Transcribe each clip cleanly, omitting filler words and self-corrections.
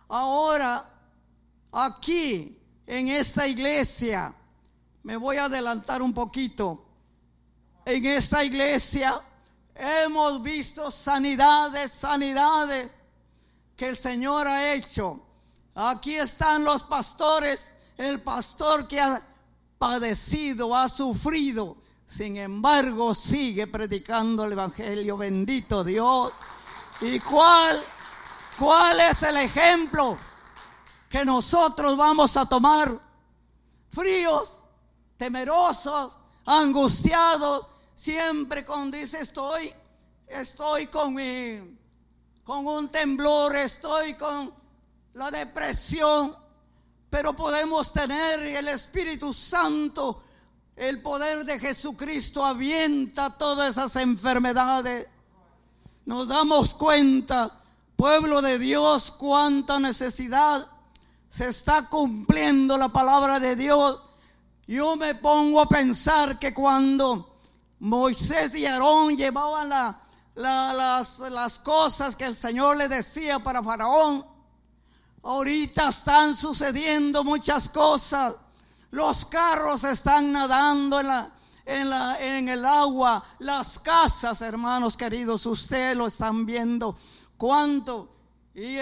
Ahora, aquí, en esta iglesia, me voy a adelantar un poquito. En esta iglesia hemos visto sanidades que el Señor ha hecho. Aquí están los pastores, el pastor que ha padecido, ha sufrido, sin embargo sigue predicando el evangelio. Bendito Dios. ¿Y cuál es el ejemplo que nosotros vamos a tomar? Fríos, temerosos, angustiados, siempre dice estoy con un temblor, estoy con la depresión, pero podemos tener el Espíritu Santo, el poder de Jesucristo avienta todas esas enfermedades. Nos damos cuenta, pueblo de Dios, cuánta necesidad se está cumpliendo la palabra de Dios. Yo me pongo a pensar que cuando Moisés y Aarón llevaban las cosas que el Señor le decía para Faraón, ahorita están sucediendo muchas cosas. Los carros están nadando en el agua. Las casas, hermanos queridos, ustedes lo están viendo. Cuánto. Y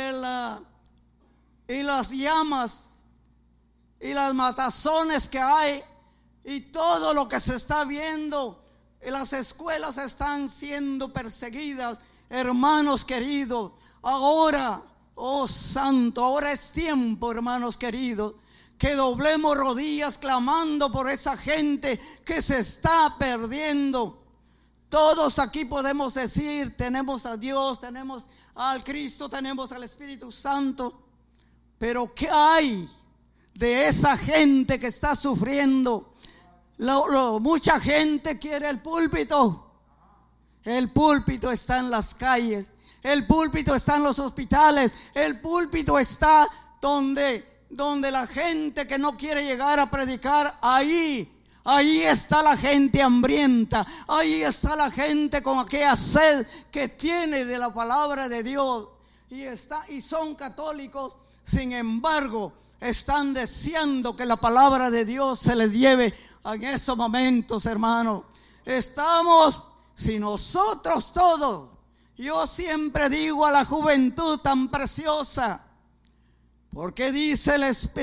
las llamas y las matazones que hay y todo lo que se está viendo. Las escuelas están siendo perseguidas, hermanos queridos. Ahora, oh santo, ahora es tiempo, hermanos queridos, que doblemos rodillas clamando por esa gente que se está perdiendo. Todos aquí podemos decir, tenemos a Dios, tenemos al Cristo, tenemos al Espíritu Santo, pero ¿qué hay de esa gente que está sufriendo? Mucha gente quiere el púlpito. El púlpito está en las calles, el púlpito está en los hospitales, el púlpito está donde la gente que no quiere llegar a predicar, ahí está la gente hambrienta, ahí está la gente con aquella sed que tiene de la palabra de Dios, y son católicos, sin embargo están deseando que la palabra de Dios se les lleve en esos momentos, hermanos. Si nosotros todos, yo siempre digo a la juventud tan preciosa, porque dice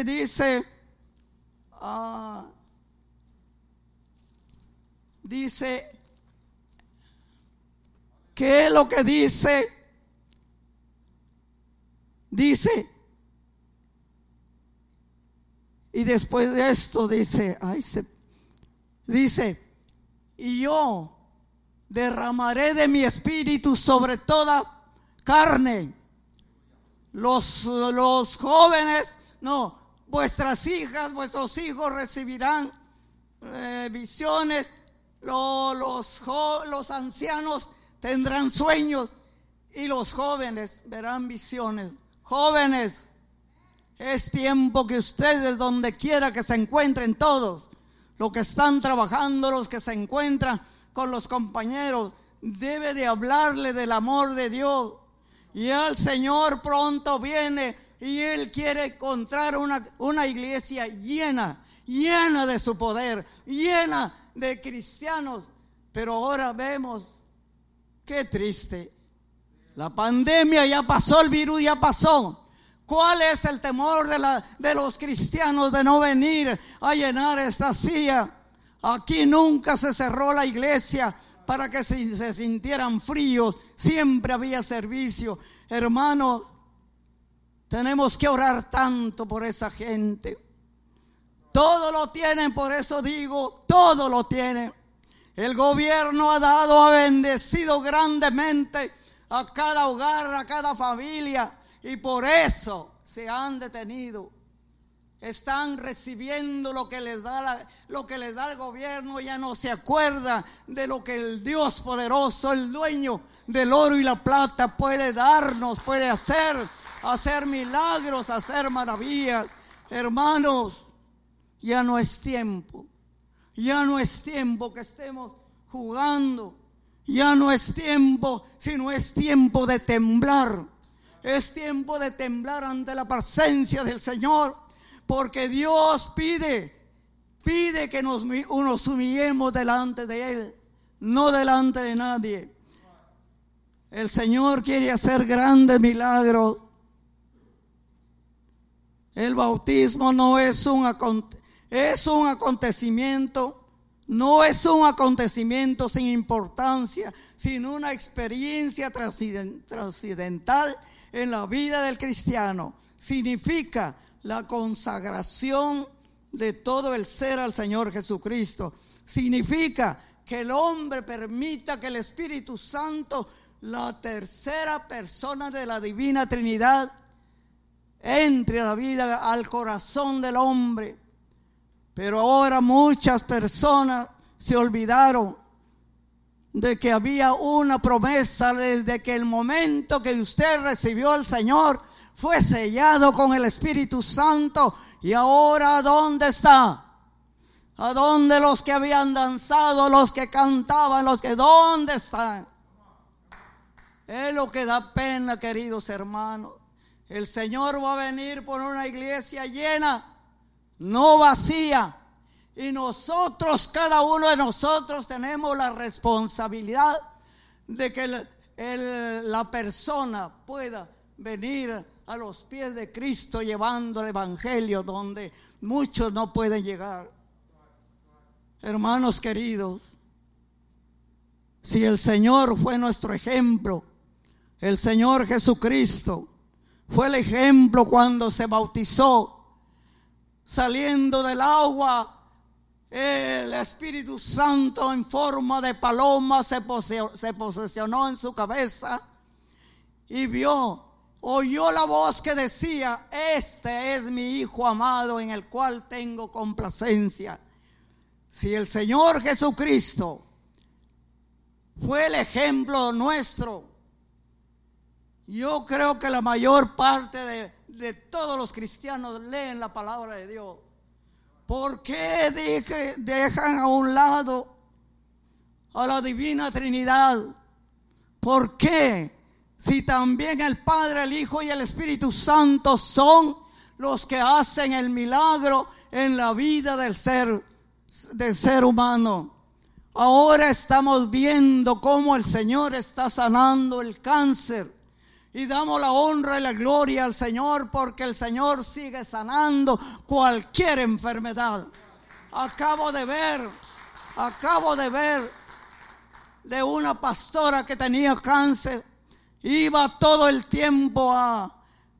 ¿qué es lo que dice? Y después de esto dice, y yo derramaré de mi espíritu sobre toda carne. Los jóvenes, vuestras hijas, vuestros hijos recibirán visiones, los ancianos tendrán sueños y los jóvenes verán visiones. Jóvenes, es tiempo que ustedes, donde quiera que se encuentren todos, los que están trabajando, los que se encuentran con los compañeros, debe de hablarle del amor de Dios. Y el Señor pronto viene y Él quiere encontrar una iglesia llena de su poder, llena de cristianos. Pero ahora vemos, qué triste, la pandemia ya pasó, el virus ya pasó. ¿Cuál es el temor de los cristianos de no venir a llenar esta silla? Aquí nunca se cerró la iglesia para que se sintieran fríos, siempre había servicio. Hermanos, tenemos que orar tanto por esa gente. Todo lo tienen, por eso digo, todo lo tienen. El gobierno ha bendecido grandemente a cada hogar, a cada familia, y por eso se han detenido. Están recibiendo lo que les da el gobierno, ya no se acuerda de lo que el Dios poderoso, el dueño del oro y la plata puede darnos, puede hacer milagros, hacer maravillas. Hermanos, ya no es tiempo que estemos jugando, ya no es tiempo, sino es tiempo de temblar. Es tiempo de temblar ante la presencia del Señor, porque Dios pide que nos humillemos delante de Él, no delante de nadie. El Señor quiere hacer grandes milagros. El bautismo no es un acontecimiento, no es un acontecimiento sin importancia, sino una experiencia trascendental en la vida del cristiano. Significa la consagración de todo el ser al Señor Jesucristo. Significa que el hombre permita que el Espíritu Santo, la tercera persona de la Divina Trinidad, entre a la vida, al corazón del hombre. Pero ahora muchas personas se olvidaron de que había una promesa desde que el momento que usted recibió al Señor fue sellado con el Espíritu Santo. Y ahora, ¿dónde está? ¿A dónde los que habían danzado, los que cantaban, dónde están? Es lo que da pena, queridos hermanos. El Señor va a venir por una iglesia llena, no vacía. Y nosotros, cada uno de nosotros, tenemos la responsabilidad de que la persona pueda venir a los pies de Cristo llevando el evangelio donde muchos no pueden llegar. Hermanos queridos, si el Señor fue nuestro ejemplo, el Señor Jesucristo fue el ejemplo cuando se bautizó, saliendo del agua, el Espíritu Santo en forma de paloma se posesionó en su cabeza y oyó la voz que decía: este es mi Hijo amado en el cual tengo complacencia. Si el Señor Jesucristo fue el ejemplo nuestro, yo creo que la mayor parte de todos los cristianos leen la palabra de Dios. ¿Por qué dejan a un lado a la Divina Trinidad? ¿Por qué? Si también el Padre, el Hijo y el Espíritu Santo son los que hacen el milagro en la vida del ser humano. Ahora estamos viendo cómo el Señor está sanando el cáncer. Y damos la honra y la gloria al Señor, porque el Señor sigue sanando cualquier enfermedad. Acabo de ver de una pastora que tenía cáncer. Iba todo el tiempo a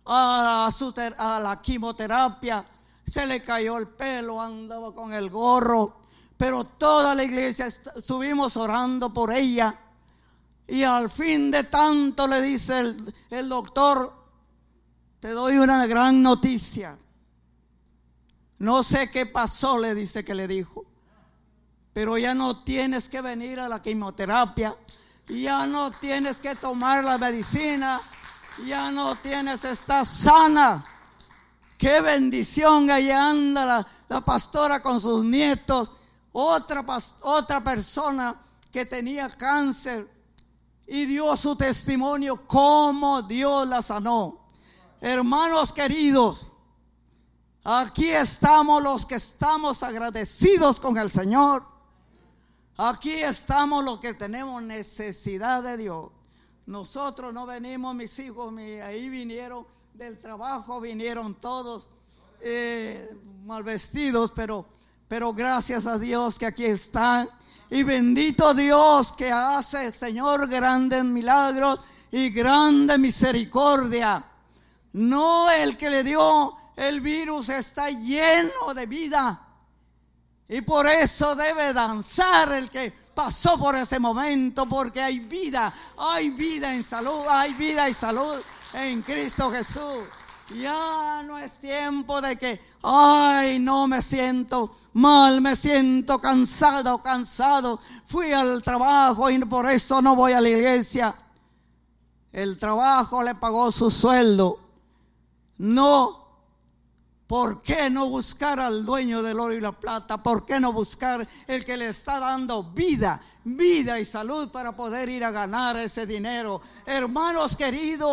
la quimioterapia. Se le cayó el pelo, andaba con el gorro. Pero toda la iglesia estuvimos orando por ella. Y al fin de tanto le dice el doctor: te doy una gran noticia. No sé qué pasó, le dice que le dijo, pero ya no tienes que venir a la quimioterapia, ya no tienes que tomar la medicina, ya no tienes, estás sana. Qué bendición. Ahí anda la pastora con sus nietos. Otra persona que tenía cáncer y dio su testimonio cómo Dios la sanó. Hermanos queridos, aquí estamos los que estamos agradecidos con el Señor. Aquí estamos los que tenemos necesidad de Dios. Nosotros no venimos, mis hijos, ahí vinieron del trabajo, vinieron todos mal vestidos, pero gracias a Dios que aquí están. Y bendito Dios que hace, Señor, grandes milagros y grande misericordia. No, el que le dio el virus está lleno de vida. Y por eso debe danzar el que pasó por ese momento, porque hay vida en salud, hay vida y salud en Cristo Jesús. Ya no es tiempo de que, no me siento mal, me siento cansado. Fui al trabajo y por eso no voy a la iglesia. El trabajo le pagó su sueldo. No. ¿Por qué no buscar al dueño del oro y la plata? ¿Por qué no buscar el que le está dando vida y salud para poder ir a ganar ese dinero? Hermanos queridos,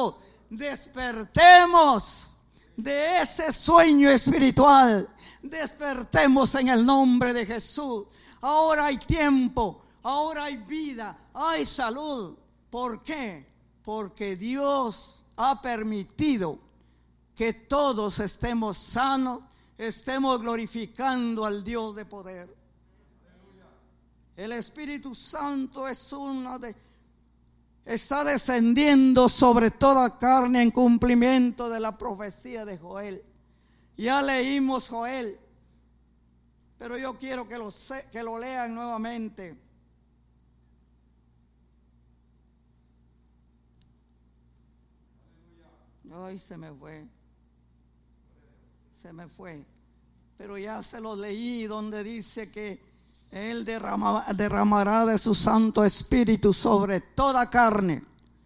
despertemos de ese sueño espiritual. Despertemos en el nombre de Jesús. Ahora hay tiempo, ahora hay vida, hay salud. ¿Por qué? Porque Dios ha permitido que todos estemos sanos, estemos glorificando al Dios de poder. El Espíritu Santo está descendiendo sobre toda carne en cumplimiento de la profecía de Joel. Ya leímos Joel, pero yo quiero que lo lean nuevamente. Ay, se me fue, pero ya se lo leí, donde dice que Él derramará de su Santo Espíritu sobre toda carne,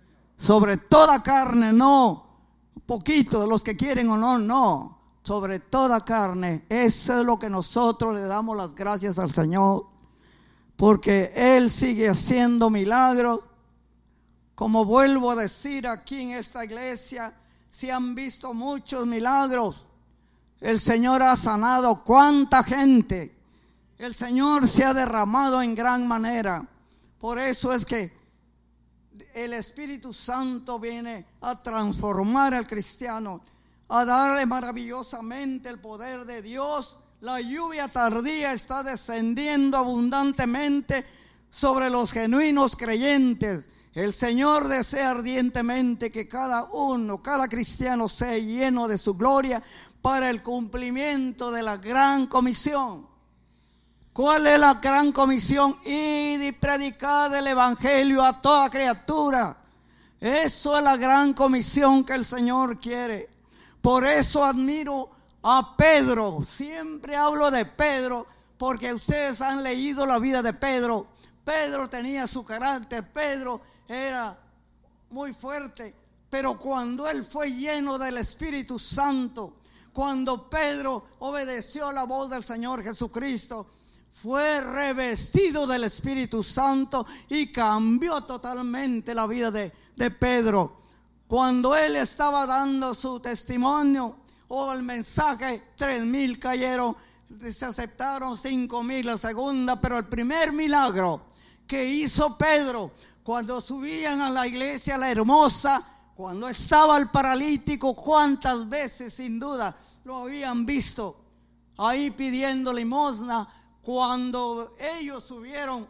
no un poquito de los que quieren o no, sobre toda carne. Eso es lo que nosotros le damos las gracias al Señor, porque Él sigue haciendo milagros. Como vuelvo a decir, aquí en esta iglesia se han visto muchos milagros. El Señor ha sanado cuánta gente. El Señor se ha derramado en gran manera. Por eso es que el Espíritu Santo viene a transformar al cristiano, a darle maravillosamente el poder de Dios. La lluvia tardía está descendiendo abundantemente sobre los genuinos creyentes. El Señor desea ardientemente que cada cristiano sea lleno de su gloria para el cumplimiento de la gran comisión. ¿Cuál es la gran comisión? Ir y predicar el evangelio a toda criatura. Eso es la gran comisión que el Señor quiere. Por eso admiro a Pedro. Siempre hablo de Pedro porque ustedes han leído la vida de Pedro. Pedro tenía su carácter, Pedro era muy fuerte, pero cuando él fue lleno del Espíritu Santo, cuando Pedro obedeció a la voz del Señor Jesucristo, fue revestido del Espíritu Santo y cambió totalmente la vida de Pedro. Cuando él estaba dando su testimonio o el mensaje, 3,000 cayeron, se aceptaron 5,000 la segunda, pero el primer milagro que hizo Pedro, cuando subían a la iglesia La Hermosa, cuando estaba el paralítico, cuántas veces sin duda lo habían visto ahí pidiendo limosna. Cuando ellos subieron,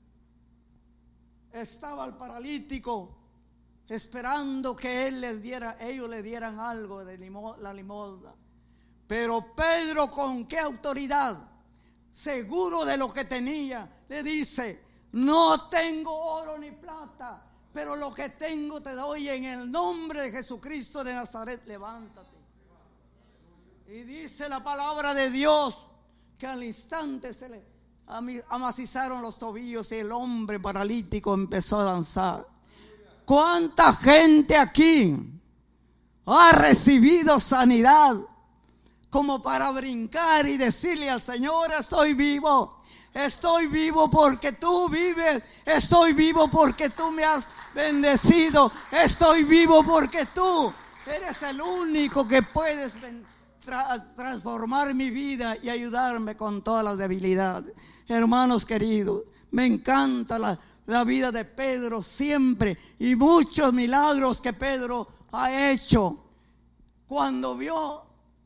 estaba el paralítico esperando que ellos le dieran algo de la limosna. Pero Pedro, ¿con qué autoridad? Seguro de lo que tenía, le dice: no tengo oro ni plata, pero lo que tengo te doy. En el nombre de Jesucristo de Nazaret, levántate. Y dice la palabra de Dios que al instante se le amacizaron los tobillos y el hombre paralítico empezó a danzar. ¿Cuánta gente aquí ha recibido sanidad como para brincar y decirle al Señor: estoy vivo? Estoy vivo porque tú vives. Estoy vivo porque tú me has bendecido. Estoy vivo porque tú eres el único que puedes transformar mi vida y ayudarme con todas las debilidades. Hermanos queridos, me encanta la vida de Pedro siempre, y muchos milagros que Pedro ha hecho. Cuando vio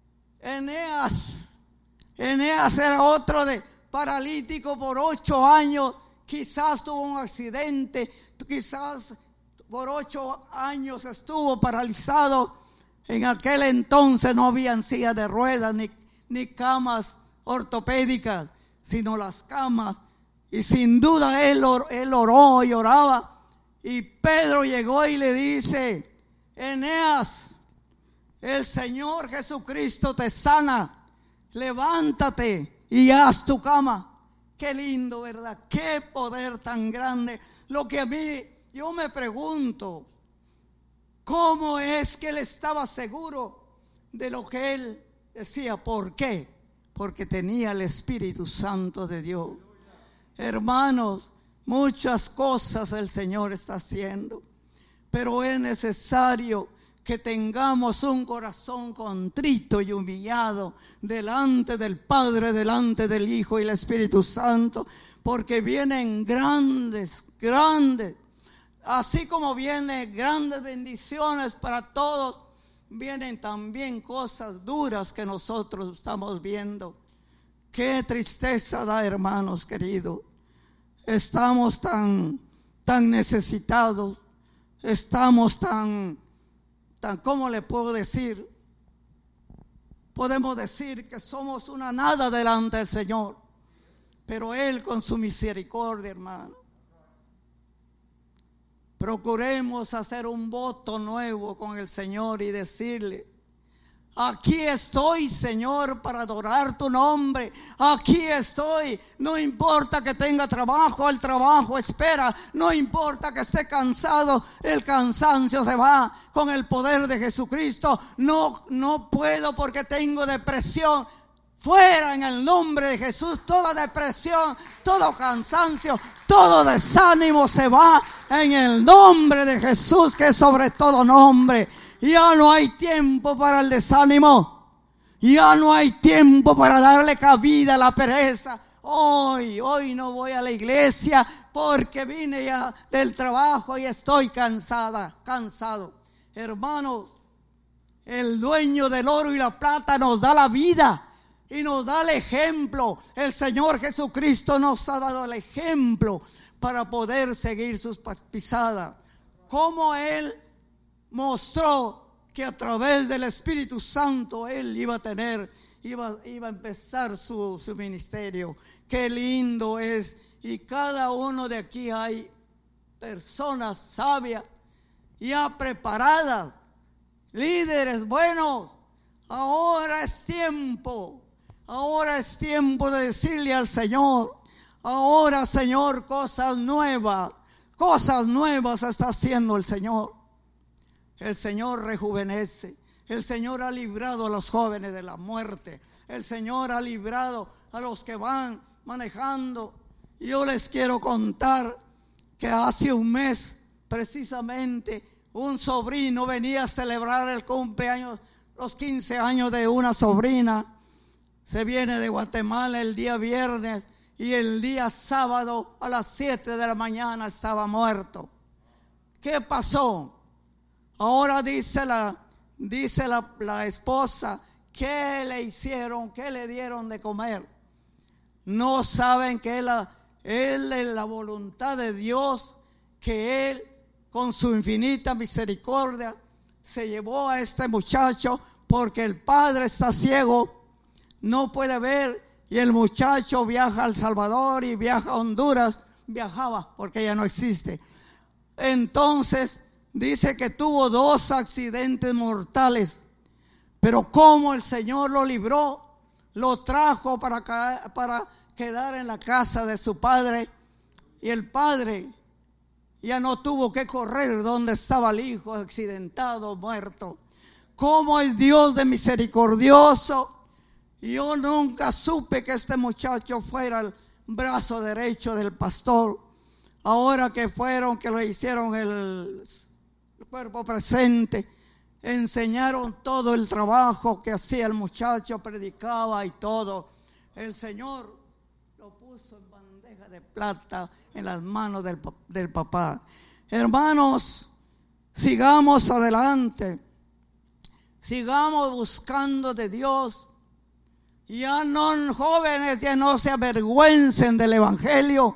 Eneas era otro paralítico por 8 años, quizás tuvo un accidente, quizás por 8 años estuvo paralizado. En aquel entonces no habían sillas de ruedas ni camas ortopédicas, sino las camas. Y sin duda él oró y oraba. Y Pedro llegó y le dice: Eneas, el Señor Jesucristo te sana, levántate y haz tu cama. Qué lindo, ¿verdad? Qué poder tan grande. Lo que a mí, yo me pregunto, ¿cómo es que él estaba seguro de lo que él decía? ¿Por qué? Porque tenía el Espíritu Santo de Dios. Hermanos, muchas cosas el Señor está haciendo, pero es necesario que tengamos un corazón contrito y humillado delante del Padre, delante del Hijo y el Espíritu Santo, porque vienen grandes, así como vienen grandes bendiciones para todos, vienen también cosas duras que nosotros estamos viendo. Qué tristeza da, hermanos queridos. Estamos tan necesitados, estamos tan, ¿cómo le puedo decir? Podemos decir que somos una nada delante del Señor, pero Él con su misericordia, hermano. Procuremos hacer un voto nuevo con el Señor y decirle: aquí estoy, Señor, para adorar tu nombre. Aquí estoy. No importa que tenga trabajo, el trabajo espera. No importa que esté cansado, el cansancio se va con el poder de Jesucristo. No puedo porque tengo depresión. Fuera en el nombre de Jesús, toda depresión, todo cansancio, todo desánimo se va en el nombre de Jesús, que es sobre todo nombre. Ya no hay tiempo para el desánimo. Ya no hay tiempo para darle cabida a la pereza. Hoy no voy a la iglesia porque vine ya del trabajo y estoy cansado. Hermanos, el dueño del oro y la plata nos da la vida y nos da el ejemplo. El Señor Jesucristo nos ha dado el ejemplo para poder seguir sus pisadas. Como Él mostró que a través del Espíritu Santo Él iba a empezar su ministerio. Qué lindo es. Y cada uno de aquí hay personas sabias, ya preparadas, líderes buenos. Ahora es tiempo de decirle al Señor: ahora, Señor, cosas nuevas está haciendo el Señor. El Señor rejuvenece. El Señor ha librado a los jóvenes de la muerte. El Señor ha librado a los que van manejando. Yo les quiero contar que hace un mes, precisamente, un sobrino venía a celebrar el cumpleaños, los 15 años de una sobrina. Se viene de Guatemala el día viernes y el día sábado a las 7 de la mañana estaba muerto. ¿Qué pasó? Ahora dice la esposa: ¿qué le hicieron? ¿Qué le dieron de comer? No saben que Él es la voluntad de Dios, que Él con su infinita misericordia se llevó a este muchacho porque el padre está ciego, no puede ver, y el muchacho viaja a El Salvador y viaja a Honduras. Viajaba porque ya no existe. Entonces dice que tuvo 2 accidentes mortales, pero como el Señor lo libró, lo trajo para quedar en la casa de su padre, y el padre ya no tuvo que correr donde estaba el hijo accidentado, muerto. Cómo es Dios de misericordioso. Yo nunca supe que este muchacho fuera el brazo derecho del pastor. Ahora que le hicieron el cuerpo presente, enseñaron todo el trabajo que hacía el muchacho, predicaba y todo. El Señor lo puso en bandeja de plata en las manos del papá. Hermanos, sigamos adelante, sigamos buscando de Dios. Ya no, jóvenes, ya no se avergüencen del evangelio.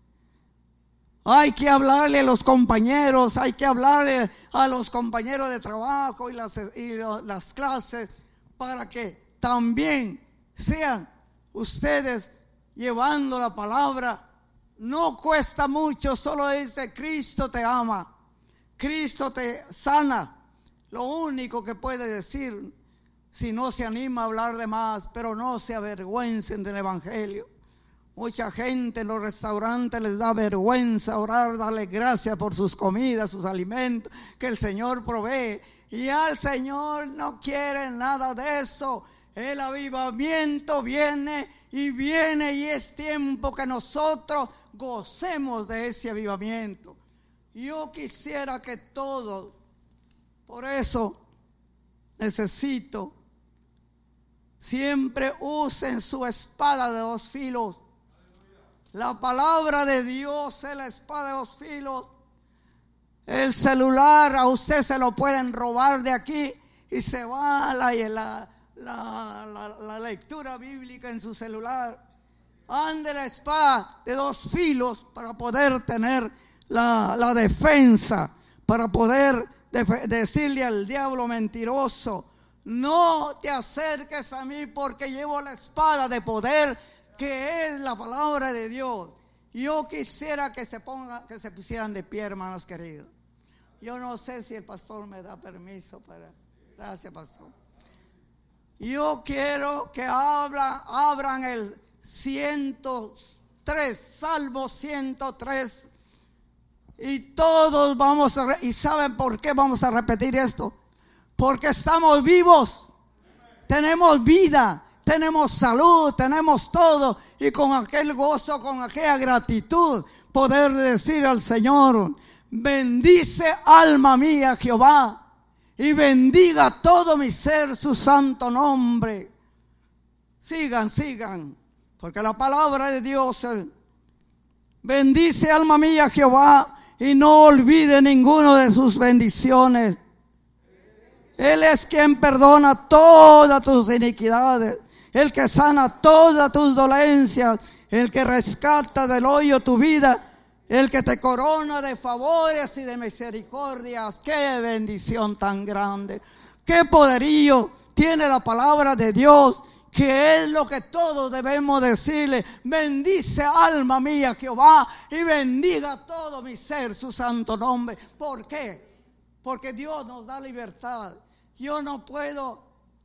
Hay que hablarle a los compañeros, hay que hablarle a los compañeros de trabajo y las clases, para que también sean ustedes llevando la palabra. No cuesta mucho, solo dice: Cristo te ama, Cristo te sana. Lo único que puede decir, si no se anima a hablar de más, pero no se avergüencen del evangelio. Mucha gente en los restaurantes les da vergüenza orar, darle gracias por sus comidas, sus alimentos que el Señor provee. Y al Señor no quiere nada de eso. El avivamiento viene y es tiempo que nosotros gocemos de ese avivamiento. Yo quisiera que todos Por eso necesito, siempre usen su espada de 2 filos. La palabra de Dios es la espada de 2 filos. El celular a usted se lo pueden robar de aquí y se va la lectura bíblica en su celular. Ande la espada de 2 filos para poder tener la defensa, para poder decirle al diablo mentiroso: no te acerques a mí porque llevo la espada de poder, que es la palabra de Dios. Yo quisiera que se pusieran de pie, hermanos queridos. Yo no sé si el pastor me da permiso para... Gracias, pastor. Yo quiero que abran el 103, Salmo 103. Y todos vamos ¿y saben por qué vamos a repetir esto? Porque estamos vivos, tenemos vida, tenemos salud, tenemos todo. Y con aquel gozo, con aquella gratitud, poder decir al Señor: bendice alma mía Jehová, y bendiga todo mi ser su santo nombre. Sigan, porque la palabra de Dios es: bendice alma mía Jehová, y no olvide ninguno de sus bendiciones. Él es quien perdona todas tus iniquidades, el que sana todas tus dolencias, el que rescata del hoyo tu vida, el que te corona de favores y de misericordias. ¡Qué bendición tan grande! ¡Qué poderío tiene la palabra de Dios! Que es lo que todos debemos decirle: bendice alma mía Jehová, y bendiga todo mi ser su santo nombre. ¿Por qué? Porque Dios nos da libertad. Yo no puedo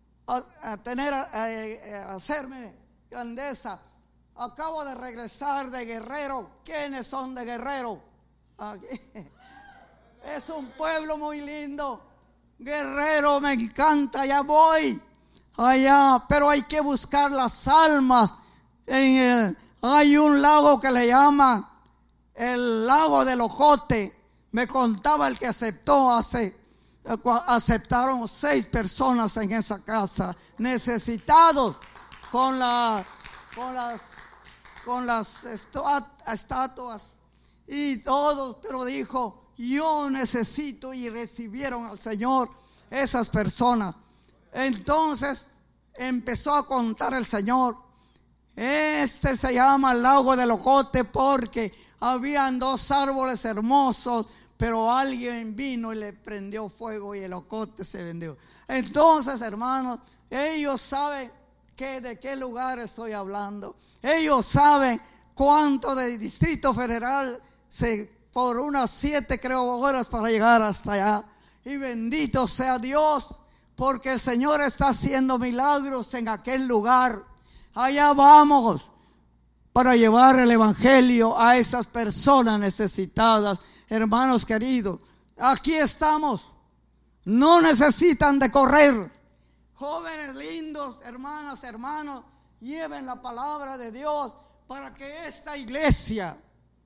hacerme grandeza. Acabo de regresar de Guerrero. ¿Quiénes son de Guerrero? Aquí. Es un pueblo muy lindo. Guerrero me encanta, ya voy allá, pero hay que buscar las almas. Hay un lago que le llaman el lago del Ocote. Me contaba el que aceptaron 6 personas en esa casa, necesitados, con las estatuas y todos, pero dijo: yo necesito, y recibieron al Señor esas personas. Entonces empezó a contar el Señor: este se llama el lago del Ocote porque habían 2 árboles hermosos, pero alguien vino y le prendió fuego y el ocote se vendió. Entonces, hermanos, ellos saben de qué lugar estoy hablando. Ellos saben cuánto de Distrito Federal por unas 7 horas para llegar hasta allá. Y bendito sea Dios, porque el Señor está haciendo milagros en aquel lugar. Allá vamos para llevar el evangelio a esas personas necesitadas. Hermanos queridos, aquí estamos. No necesitan de correr. Jóvenes lindos, hermanas, hermanos, lleven la palabra de Dios para que esta iglesia,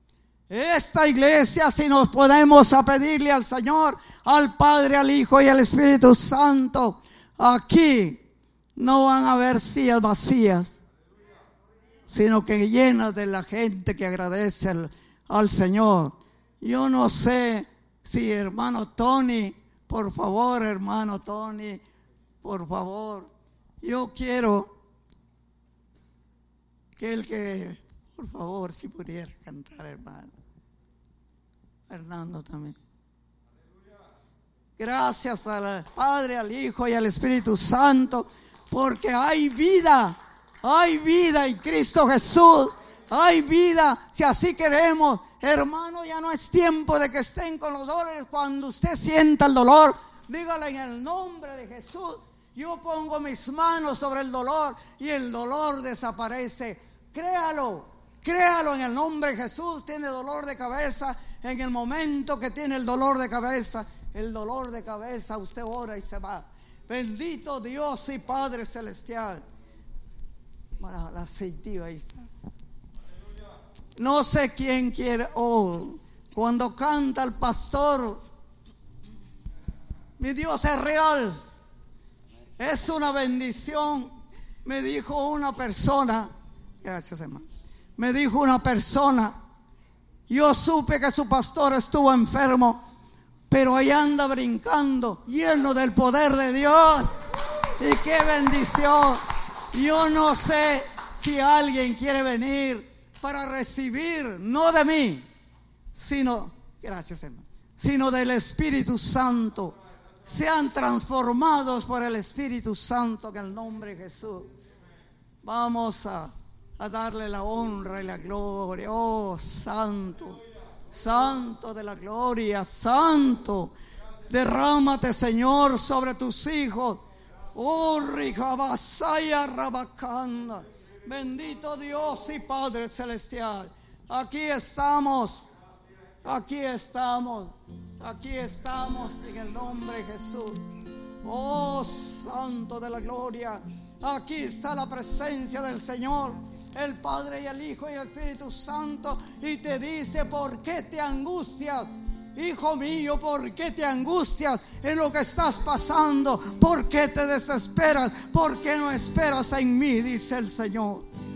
si nos ponemos a pedirle al Señor, al Padre, al Hijo y al Espíritu Santo, aquí no van a haber sillas vacías, sino que llenas de la gente que agradece al Señor. Yo no sé si hermano Tony, por favor, hermano Tony, por favor, yo quiero que por favor, si pudiera cantar, hermano Fernando también. Gracias al Padre, al Hijo y al Espíritu Santo, porque hay vida en Cristo Jesús. Hay vida, si así queremos. Hermano, ya no es tiempo de que estén con los dolores. Cuando usted sienta el dolor, dígale: en el nombre de Jesús, yo pongo mis manos sobre el dolor y el dolor desaparece. Créalo en el nombre de Jesús. Tiene dolor de cabeza, en el momento que tiene el dolor de cabeza, usted ora y se va. Bendito Dios y Padre Celestial. Bueno, la aceitiva ahí está. No sé quién quiere. Cuando canta el pastor, Mi Dios es real. Es una bendición. Me dijo una persona, gracias hermano, me dijo una persona, yo supe que su pastor estuvo enfermo, pero ahí anda brincando, lleno del poder de Dios. Y qué bendición. Yo no sé si alguien quiere venir para recibir, no de mí, sino, gracias hermano, sino del Espíritu Santo. Sean transformados por el Espíritu Santo, en el nombre de Jesús. Vamos a darle la honra y la gloria. Oh, santo, santo de la gloria, santo. Derrámate, Señor, sobre tus hijos. Oh, Ricabasaya Rabacanda. Bendito Dios y Padre Celestial. Aquí estamos. Aquí estamos. Aquí estamos en el nombre de Jesús. Oh, Santo de la gloria. Aquí está la presencia del Señor, el Padre y el Hijo y el Espíritu Santo. Y te dice: ¿por qué te angustias? Hijo mío, ¿por qué te angustias en lo que estás pasando? ¿Por qué te desesperas? ¿Por qué no esperas en mí? Dice el Señor.